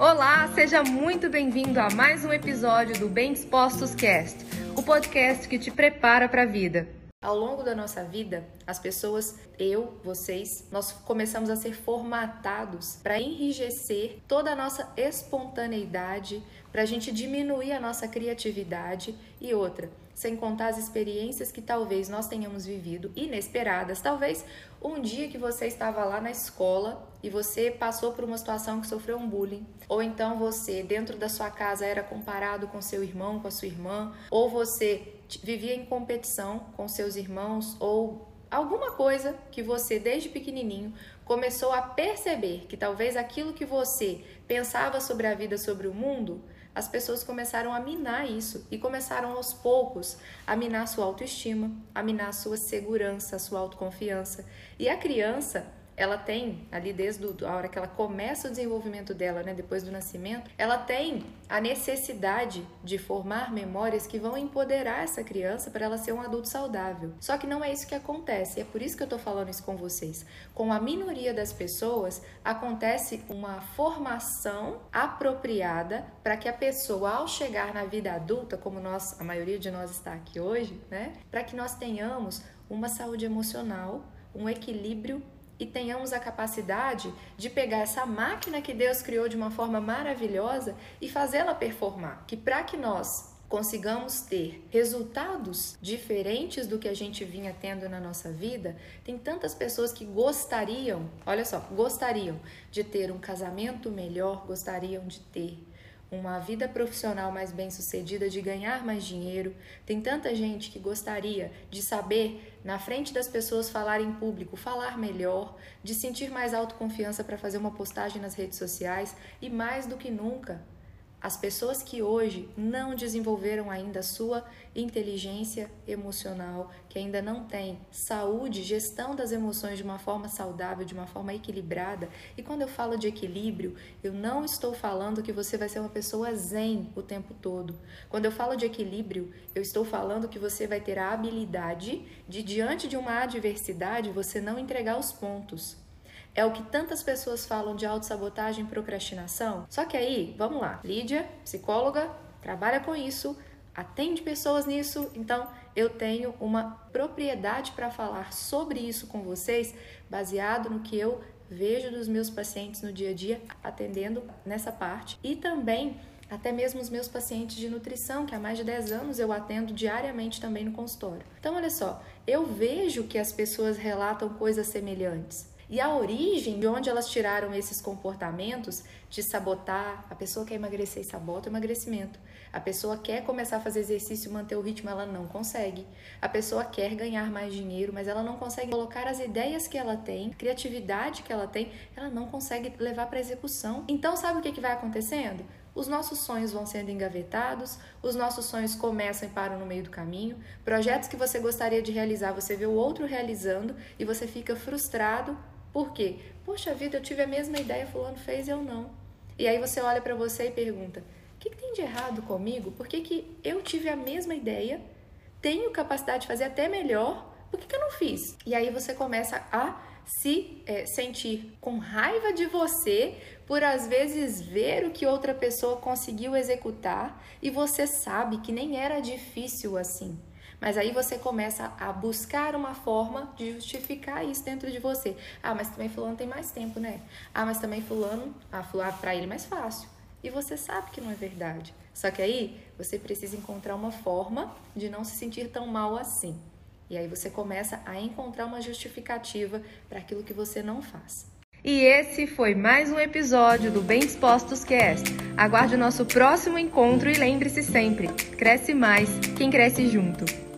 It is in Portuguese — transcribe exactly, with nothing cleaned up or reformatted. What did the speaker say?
Olá, seja muito bem-vindo a mais um episódio do Bem Dispostos Cast, o podcast que te prepara para a vida. Ao longo da nossa vida, as pessoas, eu, vocês, nós começamos a ser formatados para enrijecer toda a nossa espontaneidade, para a gente diminuir a nossa criatividade e outra, sem contar as experiências que talvez nós tenhamos vivido, inesperadas. Talvez um dia que você estava lá na escola e você passou por uma situação que sofreu um bullying, ou então você, dentro da sua casa, era comparado com seu irmão, com a sua irmã, ou você vivia em competição com seus irmãos, ou alguma coisa que você, desde pequenininho, começou a perceber que talvez aquilo que você pensava sobre a vida, sobre o mundo, as pessoas começaram a minar isso e começaram aos poucos a minar a sua autoestima, a minar a sua segurança, a sua autoconfiança. E a criança, ela tem, ali desde a hora que ela começa o desenvolvimento dela, né, depois do nascimento, ela tem a necessidade de formar memórias que vão empoderar essa criança para ela ser um adulto saudável. Só que não é isso que acontece, e é por isso que eu tô falando isso com vocês. Com a minoria das pessoas, acontece uma formação apropriada para que a pessoa, ao chegar na vida adulta, como nós, a maioria de nós está aqui hoje, né, para que nós tenhamos uma saúde emocional, um equilíbrio e tenhamos a capacidade de pegar essa máquina que Deus criou de uma forma maravilhosa e fazê-la performar. Que para que nós consigamos ter resultados diferentes do que a gente vinha tendo na nossa vida, tem tantas pessoas que gostariam, olha só, gostariam de ter um casamento melhor, gostariam de ter uma vida profissional mais bem-sucedida, de ganhar mais dinheiro. Tem tanta gente que gostaria de saber, na frente das pessoas, falar em público, falar melhor, de sentir mais autoconfiança para fazer uma postagem nas redes sociais e, mais do que nunca, as pessoas que hoje não desenvolveram ainda a sua inteligência emocional, que ainda não têm saúde, gestão das emoções de uma forma saudável, de uma forma equilibrada. E quando eu falo de equilíbrio, eu não estou falando que você vai ser uma pessoa zen o tempo todo. Quando eu falo de equilíbrio, eu estou falando que você vai ter a habilidade de, diante de uma adversidade, você não entregar os pontos. É o que tantas pessoas falam de autossabotagem e procrastinação. Só que aí, vamos lá, Lídia, psicóloga, trabalha com isso, atende pessoas nisso, então eu tenho uma propriedade para falar sobre isso com vocês, baseado no que eu vejo dos meus pacientes no dia a dia, atendendo nessa parte, e também até mesmo os meus pacientes de nutrição, que há mais de dez anos eu atendo diariamente também no consultório. Então, olha só, eu vejo que as pessoas relatam coisas semelhantes. E a origem de onde elas tiraram esses comportamentos de sabotar, a pessoa quer emagrecer e sabota o emagrecimento. A pessoa quer começar a fazer exercício e manter o ritmo, ela não consegue. A pessoa quer ganhar mais dinheiro, mas ela não consegue colocar as ideias que ela tem, a criatividade que ela tem, ela não consegue levar para execução. Então, sabe o que, que vai acontecendo? Os nossos sonhos vão sendo engavetados, os nossos sonhos começam e param no meio do caminho. Projetos que você gostaria de realizar, você vê o outro realizando e você fica frustrado. Por quê? Poxa vida, eu tive a mesma ideia, fulano fez e eu não. E aí você olha para você e pergunta, o que, que tem de errado comigo? Por que, que eu tive a mesma ideia, tenho capacidade de fazer até melhor, por que, que eu não fiz? E aí você começa a se é, sentir com raiva de você por às vezes ver o que outra pessoa conseguiu executar e você sabe que nem era difícil assim. Mas aí você começa a buscar uma forma de justificar isso dentro de você. Ah, mas também fulano tem mais tempo, né? Ah, mas também fulano, ah, fulano para ele é mais fácil. E você sabe que não é verdade. Só que aí você precisa encontrar uma forma de não se sentir tão mal assim. E aí você começa a encontrar uma justificativa para aquilo que você não faz. E esse foi mais um episódio do Bem Dispostos Cast. Aguarde o nosso próximo encontro e lembre-se sempre, cresce mais quem cresce junto.